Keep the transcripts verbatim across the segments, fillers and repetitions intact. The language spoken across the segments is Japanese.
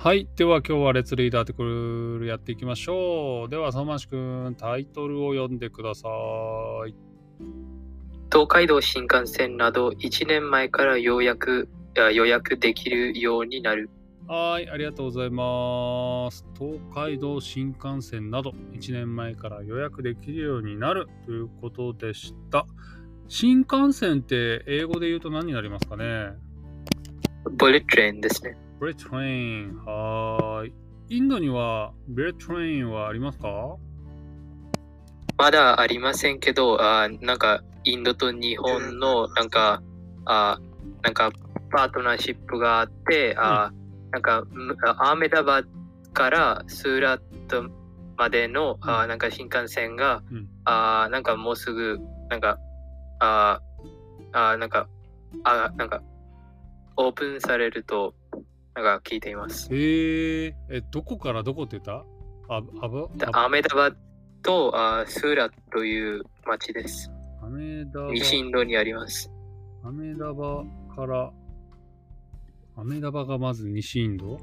はい。では今日はレッツリーダーテクルやっていきましょう。では、相馬市くん、タイトルを読んでください。 東海道新幹線などいちねんまえからようやくあ予約できるようになる。 はい、ありがとうございます。東海道新幹線などいちねんまえから予約できるようになるということでした。新幹線って英語で言うと何になりますかね？ ブレットトレインですね。 ブレットトレイン。はーい。インドにはブレットトレインはありますか？ まだありませんけど、あなんかインドと日本のなんかあなんかパートナーシップがあって、あなんかむアーメダバッドからスーラットまでの、 うんあなんか新幹線が、 うんあなんかもうすぐなんかああなんかあなんかオープンされるとなんか聞いています。 へえ、え、どこからどこって言った？あ、あば、あアーメダバッドとあスーラットという町です。 アメダバ、 西インドにあります。 アメダバから、アメダバがまず西インド？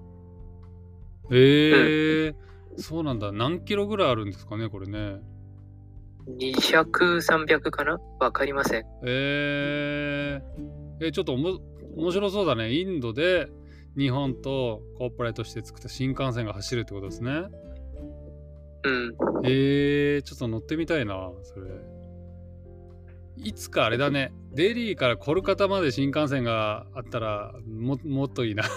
えー、そうなんだ。何キロぐらいあるんですかね、これね。 にひゃく、さんびゃくかなわかりません。 えー、え、ちょっとおも面白そうだね。インドで日本とコーポレートして作った新幹線が走るってことですね。 うん。 えー、ちょっと乗ってみたいな、それ。いつかあれだね。デリーからコルカタまで新幹線があったらも、もっといいな。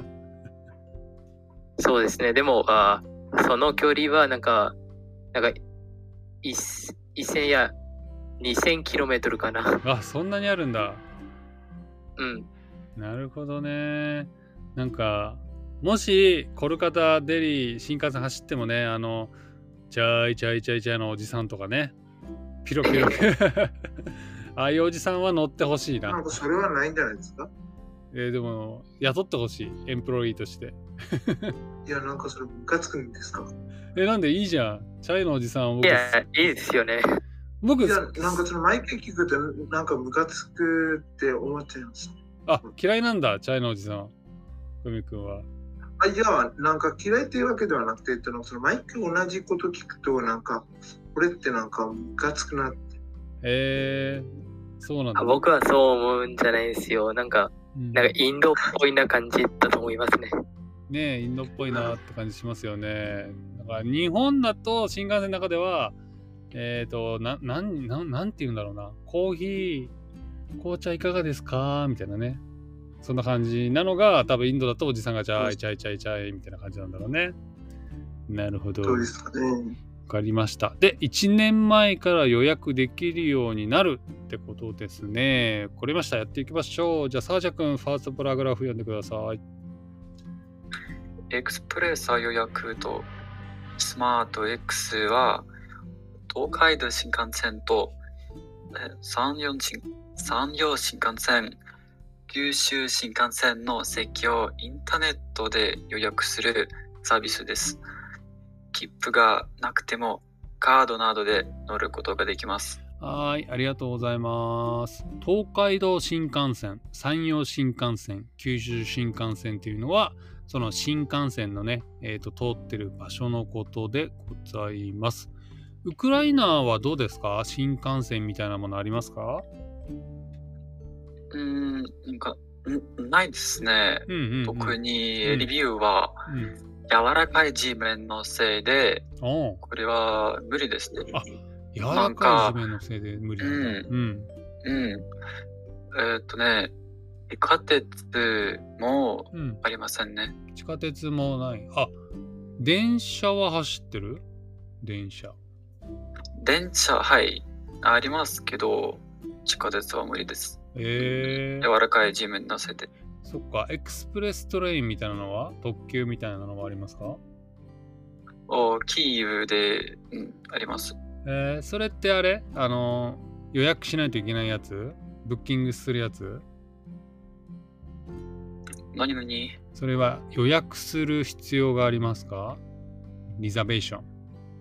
そうですね。でも、あその距離はなんか、なんか、いせんやにせんキロメートルかな。 あ、そんなにあるんだ。 うん。 なるほどね。なんか、もしコルカタ、デリー、新幹線走ってもね、あの、チャイチャイチャイチャイのおじさんとかね、ピロピロピロ。ああいうおじさんは乗ってほしいな。 なんかそれはないんじゃないですか？ えーでも、雇ってほしい。エンプロイーとして。 いや、なんかそれムカつくんですか？ え、なんでいいじゃん。チャイのおじさんを僕、 いや、いいですよね。 僕いや、なんかその毎回聞くとなんかムカつくって思っちゃいます。 あ、嫌いなんだ、チャイのおじさん。ふみくんは。 あ、いや、なんか嫌いっていうわけではなくて、その毎回同じこと聞くと、なんか、これってなんかムカつくなって。 えー、そうなんだ。 あ僕はそう思うんじゃないですよ。なんか、 うんなんかインドっぽいな感じだと思いますね。 ねえ、インドっぽいなって感じしますよね。だから日本だと新幹線の中では、えっ、ー、と、な、なん、なん、なんて言うんだろうな。コーヒー、紅茶いかがですかみたいなね。そんな感じなのが、多分インドだとおじさんがチャイチャイチャイチャイみたいな感じなんだろうね。なるほど。 どうですかね。 わかりました。で、いちねんまえから予約できるようになるってことですね。わかりました。やっていきましょう。じゃあ、サージャ君、ファーストパラグラフ読んでください。 エクスプレッサー予約とスマート X は東海道新幹線とえ山陽新山陽新幹線、九州新幹線の席をインターネットで予約するサービスです。切符がなくてもカードなどで乗ることができます。 はい、ありがとうございます。東海道新幹線、山陽新幹線、九州新幹線というのは、その新幹線のね、えーと、通ってる場所のことでございます。ウクライナはどうですか？新幹線みたいなものありますか？ うーん、なんかんないですね。 うんうんうん、 特にレビューは、 うん、 柔らかい地面のせいで、 おこれは無理ですね。 あ、柔らかい地面のせいで無理なんだ。 うん。うん。えーっとね、地下鉄もうん。 ありませんね。 地下鉄もない。あ、電車は走ってる？電車。 電車、はい、ありますけど、地下鉄は無理です。 えー、 柔らかい地面のせいで。 そっか、エクスプレストレインみたいなのは特急みたいなのはありますか？ おキーウで、うん、あります。 えー、それってあれあのー、予約しないといけないやつ？ブッキングするやつ？ 何々 それは予約する必要がありますか？リザベーション。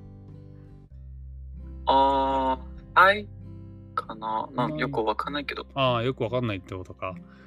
あー、はいかな。まあ、よくわかんないけど。 ああ、よくわかんないってことか。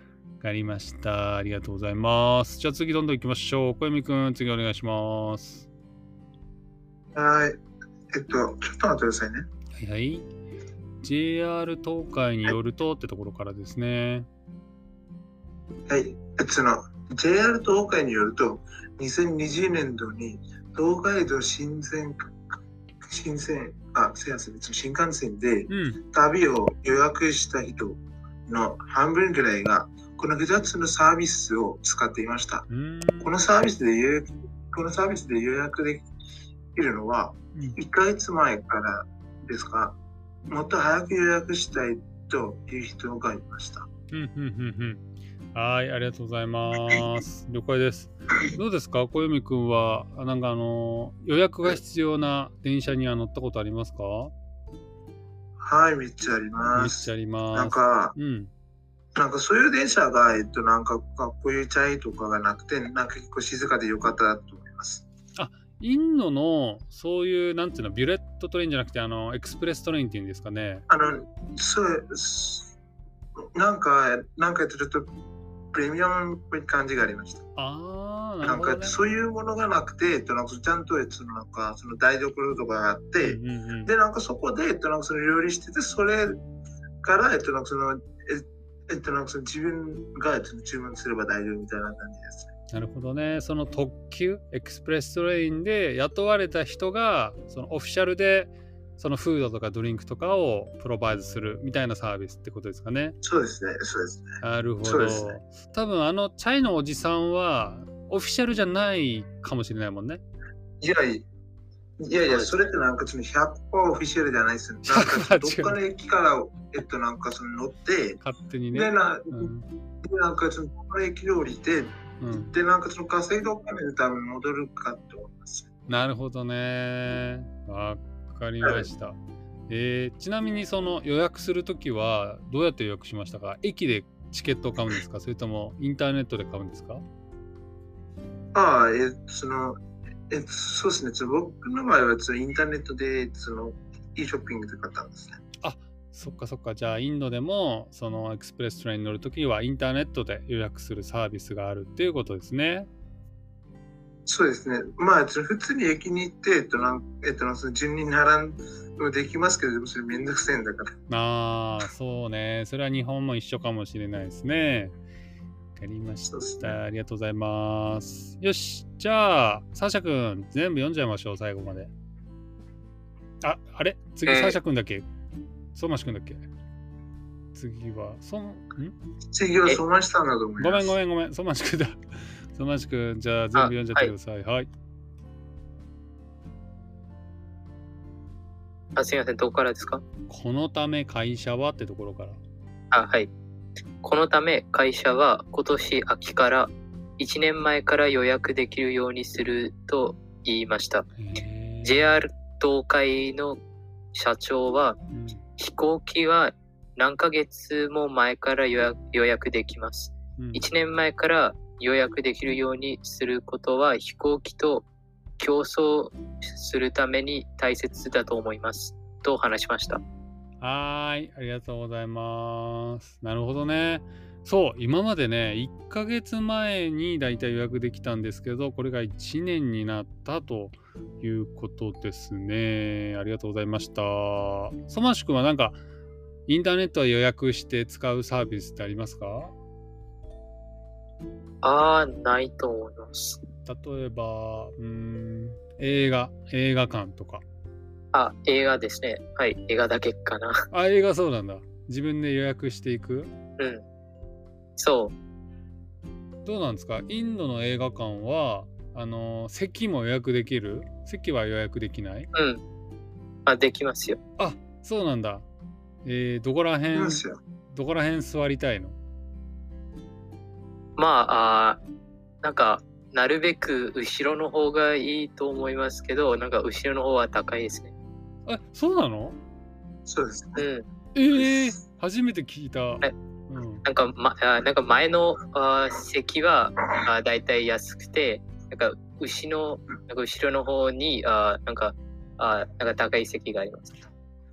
かりました。ありがとうございます。じゃあ次どんどん行きましょう。小泉くん、次お願いします。 はい。えっと、ちょっと待ってくださいね。 はいはい。ジェイアール 東海によるとってところからですね。 はい。えっと、その、ジェイアール 東海によると、にせんにじゅうねんどに東海道新線、新線、あ、すいません、新幹線でうん。 旅を予約した人の半分ぐらいが、このふたつのサービスを使っていました。 うーん。 このサービスで予約、このサービスで予約できるのは、 うんいっかげつまえからですが、もっと早く予約したいという人がいました。 うんうんうんうん。はい、ありがとうございます。了解です。どうですか、小泉くんは、あなんかあの、予約が必要な電車には乗ったことありますか？ はい、めっちゃありめっます。 ちゃあります。 なんか、 うん。 なんかそういう電車が、えっと、なんかかっこいいチャイとかがなくて、なんか結構静かでよかったと思います。 インドのそういうなんていうの、ビュレットトレインじゃなくてあのエクスプレストレインっていうんですかね。 あの、そう、すなんか、なんかちょっとプレミアムっぽい感じがありました。 ああ、ななんるほどね。 かそういうものがなくて、えっと、なんかちゃんと、えっと、なんかその台所とかがあって、 うんうんうん、 で、なんかそこで、えっと、なんかその料理してて、それから、えっと、なんかその、ええっと、なんかその自分が、えっと、注文すれば大丈夫みたいな感じですね。 なるほどね。その特急エクスプレストレインで雇われた人がそのオフィシャルでそのフードとかドリンクとかをプロバイドするみたいなサービスってことですかね。 そうですね、そうですね。 なるほど。 そうですね。 多分あのチャイのおじさんはオフィシャルじゃないかもしれないもんね。 いやいやいや、それってなんかそのひゃくパーセントオフィシャルじゃないですよ。なんかどっかの駅から、えっと、なんかその乗って、 勝手にね。 で、なうん、 でなんかそのどっかの駅で降りて、うん、で、なんかその稼いだお金で多分戻るかと思います。 なるほどね。わかりました。はい、えー、ちなみにその予約するときはどうやって予約しましたか？駅でチケットを買うんですか？それともインターネットで買うんですか？ ああ、えー、その、えー、そうですね。僕の場合はインターネットでその e ショッピングで買ったんですね。 あ、そっかそっか。じゃあインドでもそのエクスプレストレインに乗るときはインターネットで予約するサービスがあるっていうことですね。 そうですね。まあ普通に駅に行って、えっとなんえっと、その順に並んでもできますけど、でもそれめんどくせえんだから。 ああ、そうね。それは日本も一緒かもしれないですね。わかりました、ね。ありがとうございます。よし。じゃあ、サーシャ君、全部読んじゃいましょう、最後まで。あ、あれ次、えー、サーシャ君だっけソマシ君だっけ次は、そん、ん次はソマシさんだと思います。 ごめんごめんごめん、ソマシ君だ。ソマシ君、じゃあ全部読んじゃってください。はい。はい、 あ、すみません、どこからですか？ このため会社はってところから。 あ、はい。このため会社は今年秋からいちねんまえから予約できるようにすると言いました。ジェイアール 東海の社長は、うん、飛行機は何ヶ月も前から予約、予約できます、うん。いちねんまえから予約できるようにすることは飛行機と競争するために大切だと思いますと話しました。 はい、ありがとうございます。なるほどね。そう、今までね、いっかげつまえにだいたい予約できたんですけど、これがいちねんになったということですね。ありがとうございました。ソマシ君はなんか、インターネットは予約して使うサービスってありますか？ ああ、ないと思います。 例えば、うーん、映画、映画館とか。 あ、映画ですね。はい、映画だけかな。 あ、映画そうなんだ。自分で予約していく？ うん。そう。 どうなんですか？インドの映画館は、あの、席も予約できる？席は予約できない？ うん。あ、できますよ。 あ、そうなんだ。えー、どこら辺、どこら辺座りたいの？ まあ、あなんか、なるべく後ろの方がいいと思いますけど、なんか後ろの方は高いですね。 え、そうなの？ そうですね。 うん。 えー、初めて聞いた。 うん、なんか、ま、なんか前のあ席はあだいたい安くて、なんか後ろのなんか後ろの方にあなんかあなんか高い席があります。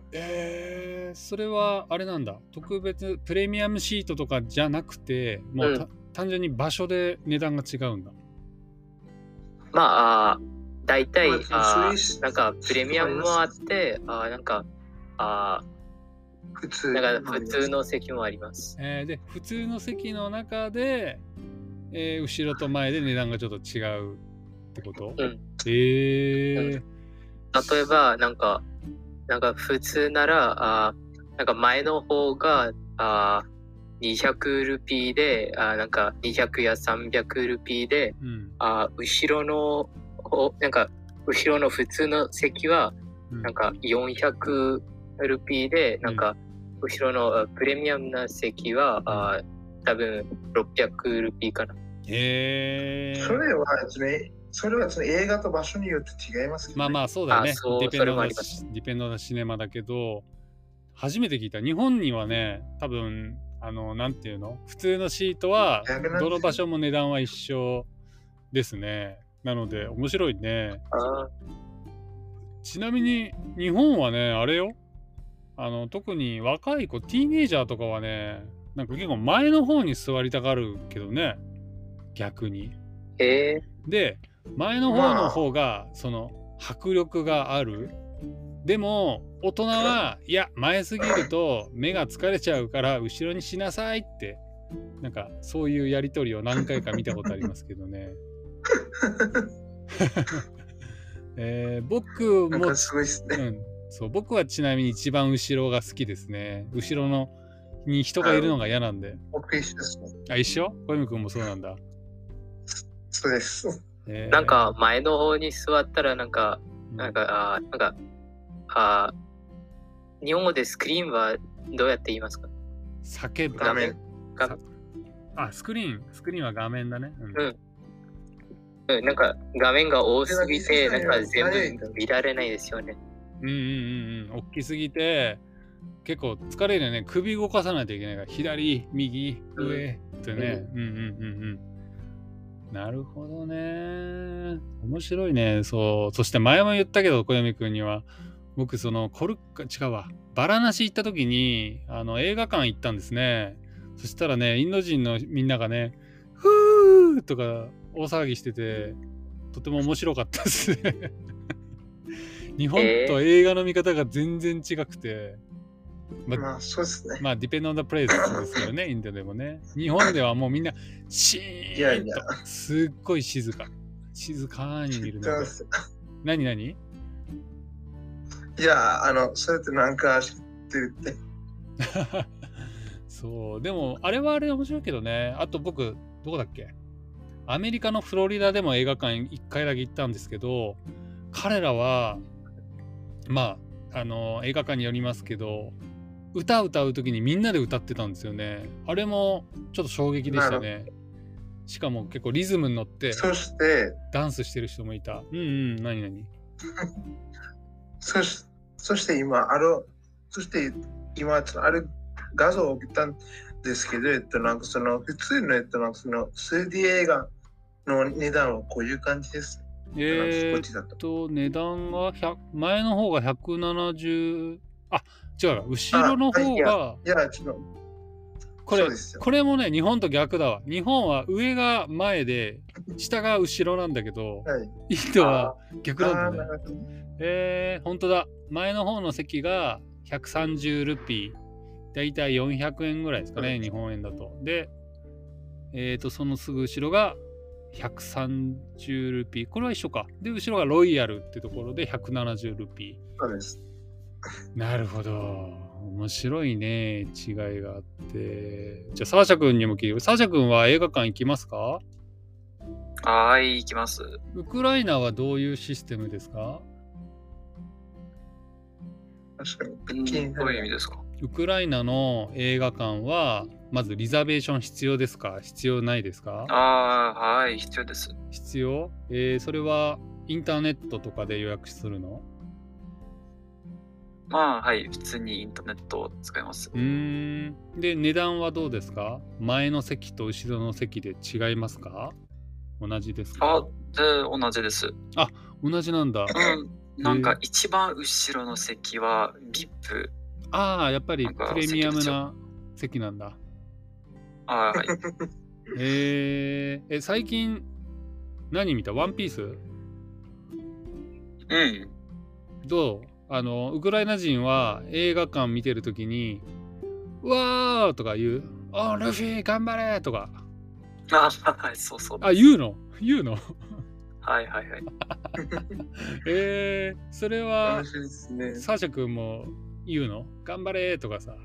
えー、それはあれなんだ。特別プレミアムシートとかじゃなくて、もう、 うん、 単純に場所で値段が違うんだ。 まあ、あ大体、 まああそういうなんかプレミアムもあって、あなんか、あ普通なんか普通の席もあります。 えー、で、普通の席の中で、えー、後ろと前で値段がちょっと違うってこと？ うん。 えー、 例えば、なんか、なんか普通なら、あなんか前の方が、あにひゃくルピーで、あなんかにひゃくやさんびゃくルピーで、 うん、 あ後ろの方、なんか後ろの普通の席は、 うん、 なんかよんひゃくルピーで、なんか後ろのあプレミアムな席は、あ多分ろっぴゃくルピーかな。 えー、 それはですね、それはですね、映画と場所によって違いますけど、ね。 まあまあそうだよね。 あそうディペンドなそれもありますディペンドなシネマだけど、初めて聞いた。日本にはね、多分、あの、なんていうの？普通のシートは、どの場所も値段は一緒ですね。なので、面白いね。 あちなみに、日本はね、あれよ。あの、特に若い子、ティーネイジャーとかはね、なんか結構前の方に座りたがるけどね。逆に。 えで、前の方の方が、その、迫力がある。でも大人はいや前すぎると目が疲れちゃうから後ろにしなさいってなんかそういうやり取りを何回か見たことありますけどね。えー、僕もすごいですね、 うん、そう僕はちなみに一番後ろが好きですね。後ろのに人がいるのが嫌なんで。 僕一緒ですね。 あ、一緒？小泉君もそうなんだ。 そうです。 えー、 なんか前の方に座ったらなんか、なんか、あなんか、あ日本語でスクリーンはどうやって言いますか？ 叫ぶ。 画面。 画面。 あ、スクリーン。スクリーンは画面だね。うん。 うんうん、なんか画面が多すぎて、なんか全部見られないですよね。 うんうんうんうん。大きすぎて、結構疲れるよね。首動かさないといけないから、左、右、上ってね。うんうんうんうん。なるほどね。面白いね。そう。そして前も言ったけど、小読君には、僕、その、コルカ、違うわ。バラナシ行った時に、あの、映画館行ったんですね。そしたらね、インド人のみんながね、ふーとか大騒ぎしてて、とても面白かったですね。日本と映画の見方が全然違くて、 まあ、まあ、そうですね。 まあ、ディペンドンダプレイスですよね、インドでもね。日本ではもうみんな、シーンと、すっごい静か。静かに見るので。何何？ いや、あの、それってなんか知ってるって。 そう、でも、あれはあれで面白いけどね。あと僕、どこだっけ？アメリカのフロリダでも映画館いっかいだけ行ったんですけど、彼らは、まあ、あの、映画館によりますけど、歌歌う時にみんなで歌ってたんですよね。あれもちょっと衝撃でしたね。しかも結構リズムに乗ってそしてダンスしてる人もいた。うんうん、何何そしそして今あるそして今ある画像を送ったんですけど、えっとなんかその普通のえっとなんかその スリーディー 映画の値段はこういう感じです。 えー、っと値段がひゃく前の方がひゃくななじゅうあ違う後ろの方がいやちょっとこれこれもね日本と逆だわ。日本は上が前で下が後ろなんだけど、はい、インドは逆なんだね。えー、本当だ。前の方の席がひゃくさんじゅうルピー、だいたいよんひゃくえんぐらいですかね、うん、日本円だと。で、えーとそのすぐ後ろがひゃくさんじゅうルピー。これは一緒か。で、後ろがロイヤルってところでひゃくななじゅうルピー。 そうです。 なるほど。面白いね。違いがあって。じゃあ、サーシャ君にも聞いて。サーシャ君は映画館行きますか？ はい、行きます。 ウクライナはどういうシステムですか？ 確かに。 どういう意味ですか？ ウクライナの映画館は、まずリザベーション必要ですか？必要ないですか？ ああ、はい、必要です。 必要？えー、それはインターネットとかで予約するの？ まあ、はい、普通にインターネットを使います。 うーん。で、値段はどうですか？前の席と後ろの席で違いますか？同じですか？ あ、で、同じです。 あ、同じなんだ。 うん、 なんか一番後ろの席は ブイアイピー。 ああ、やっぱりなんかプレミアムな席なんだ。 あーはい。 えー、え、最近何見た？ワンピース？ うん。 どう？あの、ウクライナ人は映画館見てるときに、うわーとか言う。あ、ルフィ頑張れとか。 あ、はい、そうそう。 あ、言うの言うのはいはいはい。 えー、それは面、白いですね。 サーシャ君も言うの？頑張れとかさ。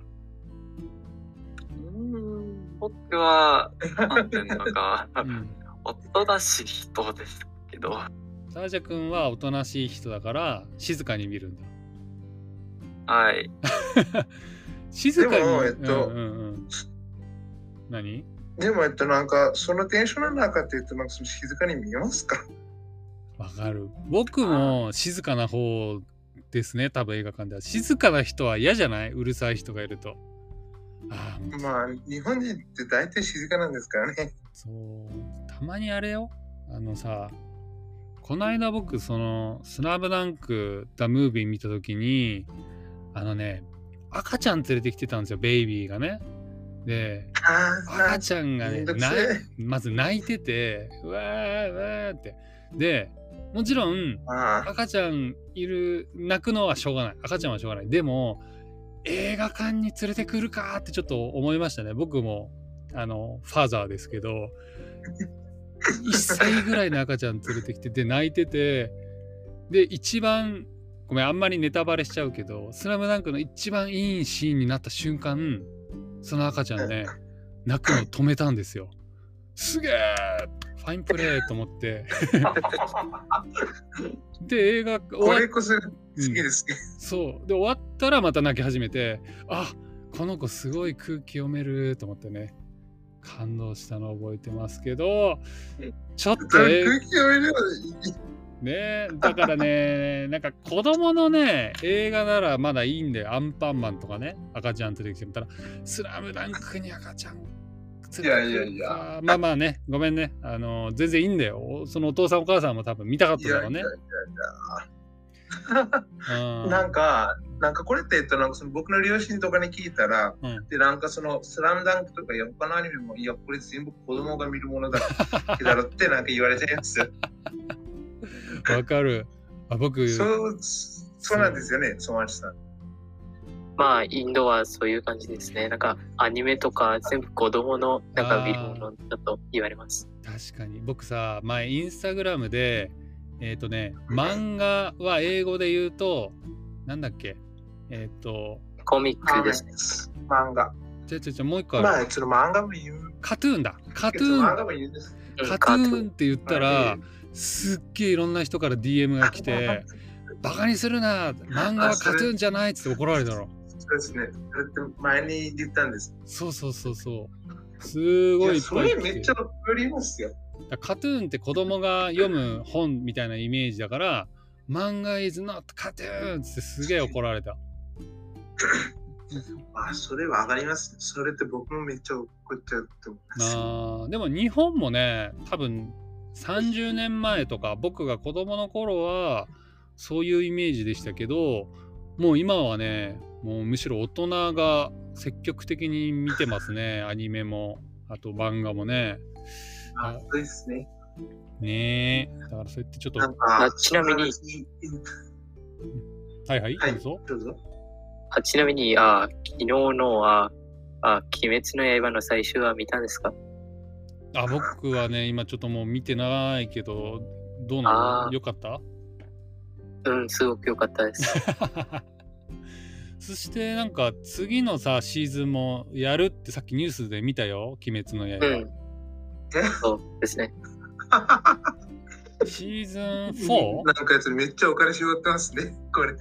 うん僕は、なんていうのか、 うん。 おとなしい人ですけど、 サーシャ君はおとなしい人だから静かに見るんだ。 はい。 静かに。 でもえっとうんうんうん、何？ でも、えっと、なんか、そのテンションの中って言うと、なんか、その静かに見えますか？ わかる。僕も静かな方ですね、多分映画館では。静かな人は嫌じゃない？うるさい人がいると。ああ、もうまあ、日本人って大体静かなんですからね。 そう。たまにあれよ。あのさ、この間僕、その、スラムダンク・ザ・ムービー見たときに、あのね、赤ちゃん連れてきてたんですよ、ベイビーがね。で、 あ赤ちゃんがね、 めんどくせ泣いえまず泣いてて、うわーうわーって。で、もちろん、 あ、あ赤ちゃんいる、泣くのはしょうがない。赤ちゃんはしょうがない。でも、映画館に連れてくるかってちょっと思いましたね。僕も、あの、ファーザーですけど、いっさいぐらいの赤ちゃん連れてきて、で、泣いてて、で、一番、ごめん、あんまりネタバレしちゃうけど、スラムダンクの一番いいシーンになった瞬間、その赤ちゃんね、泣くの止めたんですよ。すげえファインプレーと思って。で、映画終こわっれこそ好きですね。 そう。で、終わったらまた泣き始めて、あ、この子すごい空気読めると思ってね、感動したのを覚えてますけど、ちょっと空え気読めればいい。 ね、だからね、なんか子供のね、映画ならまだいいんだよ。アンパンマンとかね、赤ちゃん連れてきても。ただ、スラムダンクに赤ちゃん連れてくるか。 いやいやいやまあまあね、ごめんね。あの、全然いいんだよ。そのお父さんお母さんも多分見たかっただろうね。 いやいやいうんなんか、なんかこれって、えっと、なんかその僕の両親とかに聞いたら、 うんで、なんかその、スラムダンクとか他のアニメも、いや、これ全部子供が見るものだだろってなんか言われてるんですよ。 わかる。あ、僕、 そう、そうなんですよね、ソマチさん。 まあ、インドはそういう感じですね。なんか、アニメとか全部子供のなんか見るものだと言われます。 確かに。僕さ、前、インスタグラムで、えっ、ー、とね、漫画は英語で言うと、なんだっけえっ、ー、と、 コミックですね。 漫画。 ちょちょちょ、もう一個ある。 まあ、その漫画も言う。 カトゥーンだ。カトゥ漫ーン。 画も言うんです。 カトゥーンって言ったら、すっげえいろんな人から ディーエム が来て、バカにするな、漫画はカトゥーンじゃないっつって怒られたの。 そうですね。それって前に言ったんです。 そうそうそうそう。すごいいっそぱい来て。 れめっちゃわかりますよ。 カトゥーンって子供が読む本みたいなイメージだから、漫画 is not cartoon ってすげえ怒られた。 あ、それはわかります。それって僕もめっちゃ怒っちゃうと思います。 あでも日本もね、多分さんじゅうねんまえとか僕が子供の頃はそういうイメージでしたけど、もう今はね、もうむしろ大人が積極的に見てますね。アニメも、あと漫画もね。 あ、そうですね。 ねえ。だからそうやってちょっと。 なんかちなみに、 はいはい、 はい、 どうぞ。 どうぞ。 あちなみに、あ昨日のああ鬼滅の刃の最終話見たんですか？ あ、僕はね、今ちょっともう見てないけど、どうなの？よかった？ うん、すごく良かったです。 そしてなんか次のさシーズンもやるってさっきニュースで見たよ、鬼滅の刃。 うん、そうですね。 シーズンフォー？ なんかやつめっちゃお金絞ってますね、これ。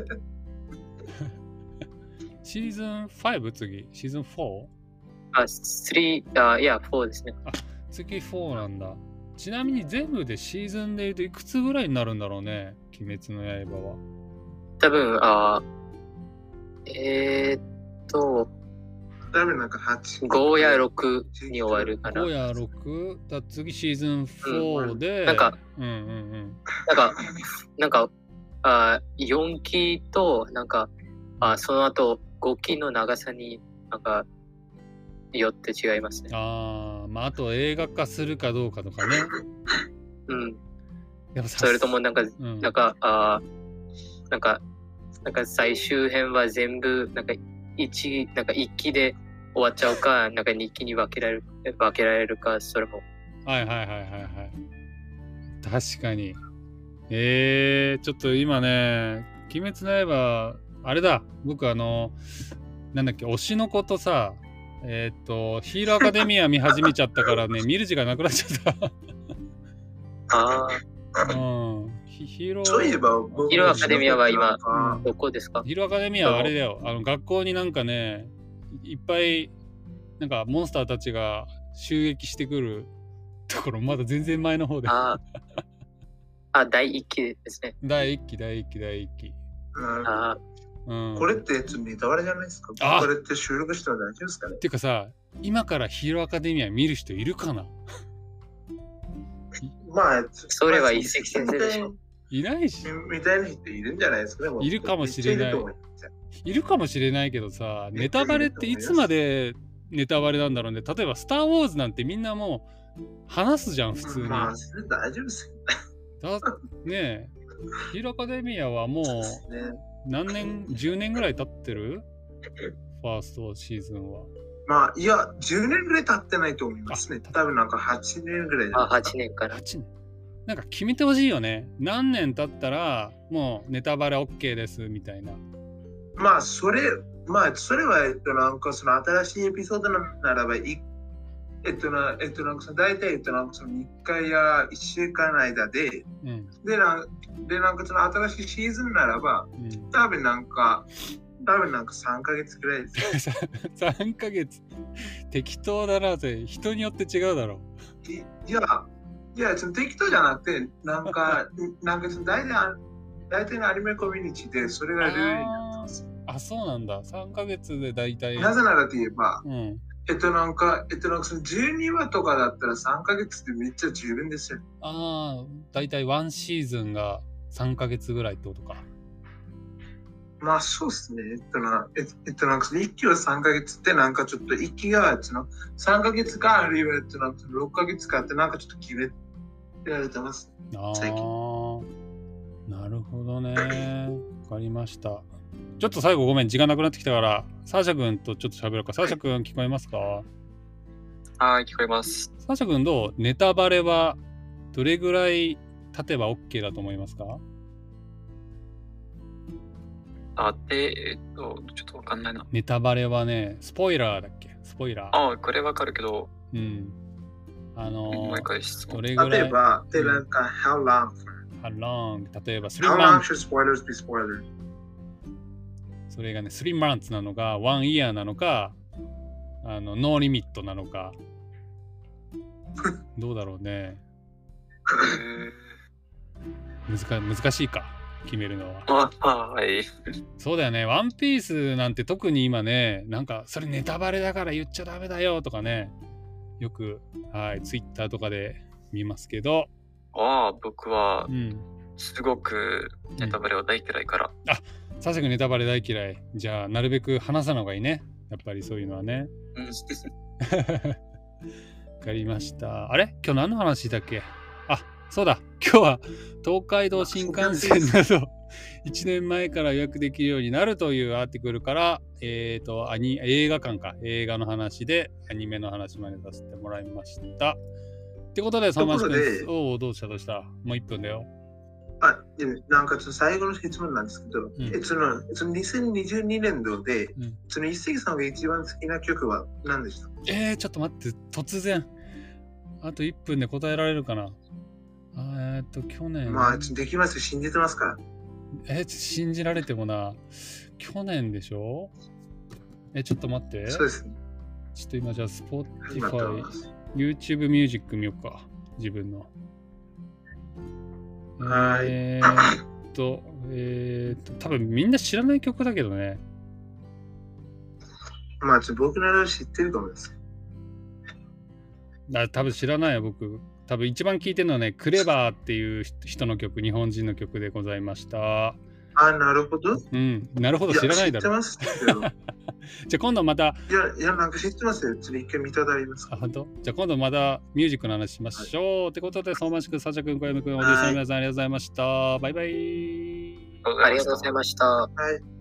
シーズンファイブ次？シーズンフォー？ あ、スリー、あ、いや、フォーですね。 あ、次フォーなんだ。ちなみに全部でシーズンで言うといくつぐらいになるんだろうね、鬼滅の刃は。 多分、あえー、っと、 多分なんかはち。 ごやろくに終わるかな。 ごやろくだ次シーズンフォーで、 うん、なんか、 うんうんうん。 なんか、なんか、 あよんきと、なんか、あその後ごきの長さになんか、よって違いますね。 ああ、まああと映画化するかどうかとかね。 うん。 やっぱさそれともなんか、 うん、 なんか、あなんか、なんか最終編は全部、なんか一、なんか一期で終わっちゃうか、なんか二期に分けられる、分けられるか、それも。 はいはいはいはいはい。確かに。えー、ちょっと今ね、鬼滅の刃、あれだ、僕あの、なんだっけ、推しの子とさ、えーっと、ヒーローアカデミア見始めちゃったからね、見る時間なくなっちゃった。 ああ。 うん。ヒヒーロー、 そういえば、僕ヒーローアカデミアは今なんかどこですか？ ヒーローアカデミアはあれだよ。あの学校になんかね、いっぱい、なんかモンスターたちが襲撃してくるところ、まだ全然前の方で。 ああ、だいいっきですね。 第一期、第一期、第一期。 うんあうん。 これってちょっとネタバレじゃないですか。 あこれって収録したら大丈夫ですかね。 ていうかさ、今からヒーローアカデミア見る人いるかな？ まあ、 それは一石先生でしょ。 いないし、 みたいな人いるんじゃないですかね。もういるかもしれないめっちゃいると思いますよいるかもしれないけどさ、ネタバレっていつまでネタバレなんだろうね。例えば、スター・ウォーズなんてみんなもう話すじゃん、普通に。 まあ、それ大丈夫ですよ。 だねえ、ヒーローアカデミアはもうね。 何年、じゅうねんぐらい経ってる？ファーストシーズンは。 まあ、いや、じゅうねんぐらい経ってないと思いますね。 あ多分なんかはちねんぐらいじゃあ、 ないですか。 はちねんかな。 はちねん。なんか決めてほしいよね。何年経ったらもうネタバレ OK ですみたいな。 まあ、それ、まあ、それは、えっと、なんかその新しいエピソードならば、いえっとな、えっと、なんかその大体、えっと、なんかそのみっかやいっしゅうかんの間で、 うん。 で、なんでなんかその新しいシーズンならば、 うん、 多分なんか、多分なんかさんかげつぐらいですよ。 さんかげつ。適当だなって、人によって違うだろいいや、いや、その適当じゃなくて、なんか、なんかその大体、大体のアニメコミュニティでそれう。 がルールになってます。 あ、そうなんだ。さんかげつで大体。 なぜならといえば、 うん。 えっとなんか、えっとなんかそのじゅうにわとかだったらさんかげつでめっちゃ十分ですよ。 ああ、大体ワンシーズンがさんかげつぐらいってことか。 まあそうっすね。えっとな、ええっとなんかそのいっきはさんかげつってなんかちょっといっきがそのさんかげつかあるいはえっとなんかろっかげつかってなんかちょっと決められてます。 あ最近あ、なるほどね。わかりました。ちょっと最後ごめん、時間なくなってきたから、サーシャ君とちょっと喋ろうか。サーシャ君聞こえますか？ はい、聞こえます。 サーシャ君どう？ネタバレはどれぐらい経てば OK だと思いますか？ あ、で、えっと、ちょっとわかんないな。 ネタバレはね、スポイラーだっけ？スポイラー。 あ、これわかるけど、 うん。あのもう一ー、 回質問。 どれぐらい例えば、でなんか how long? How long? 例えば、3 How long months。 should spoilers be spoilers? それがね、スリーマンツなのか、ワンイヤーなのか、あの、ノーリミットなのか。どうだろうね。 え難難しいか、決めるのは。 ーあ、はい。 そうだよね。ワンピースなんて特に今ね、なんか、それネタバレだから言っちゃダメだよとかね、よく、はい、ツイッターとかで見ますけど、 ああ、僕はうん。 すごくネタバレは大嫌いから。 サシャ君ネタバレ大嫌い。じゃあ、なるべく話さない方がいいね。やっぱりそういうのはね。 うん。 わかりました。あれ今日何の話だっけ？あ、そうだ。今日は東海道新幹線などいちねんまえから予約できるようになるというアーティクルから、えっと、アニ映画館か。映画の話でアニメの話までさせてもらいました。ってことで、三橋ところで君、おお、どうしたどうしたもういっぷんだよ。 あ、でもなんかちょっと最後の質問なんですけど、 んえそのそのにせんにじゅうにねんどで、 うんその一石さんが一番好きな曲は何でしたか？ えー、ちょっと待って、突然。あといっぷんで答えられるかな？あーえーっと、去年。 まあ、できますよ、信じてますから。 えー信じられてもな。去年でしょ？え、ちょっと待って。 そうですね。 ちょっと今じゃあ、 始まっており Spotify ま、す。 YouTube ミュージック見ようか。自分の。 はいえーっと、えーっと、多分みんな知らない曲だけどね。 まあ、ちょっと僕なら知ってるかもです。 あ多分知らないよ、僕。 多分一番聴いてるのはね、クレバーっていう人の曲、日本人の曲でございました。 あ、なるほど。 うん、なるほど、知らないだろ。 いや、知ってますけど。 じゃあ今度また。 いや、いや、なんか知ってますよ。ちょっと一回見ただります。 あ、本当？じゃあ今度またミュージックの話しましょう。はい、ってことで、相馬市くん、サチャくん、小山くん、おじいさんの皆さん、ありがとうございました。バイバイ。 ありがとうございました。 はい。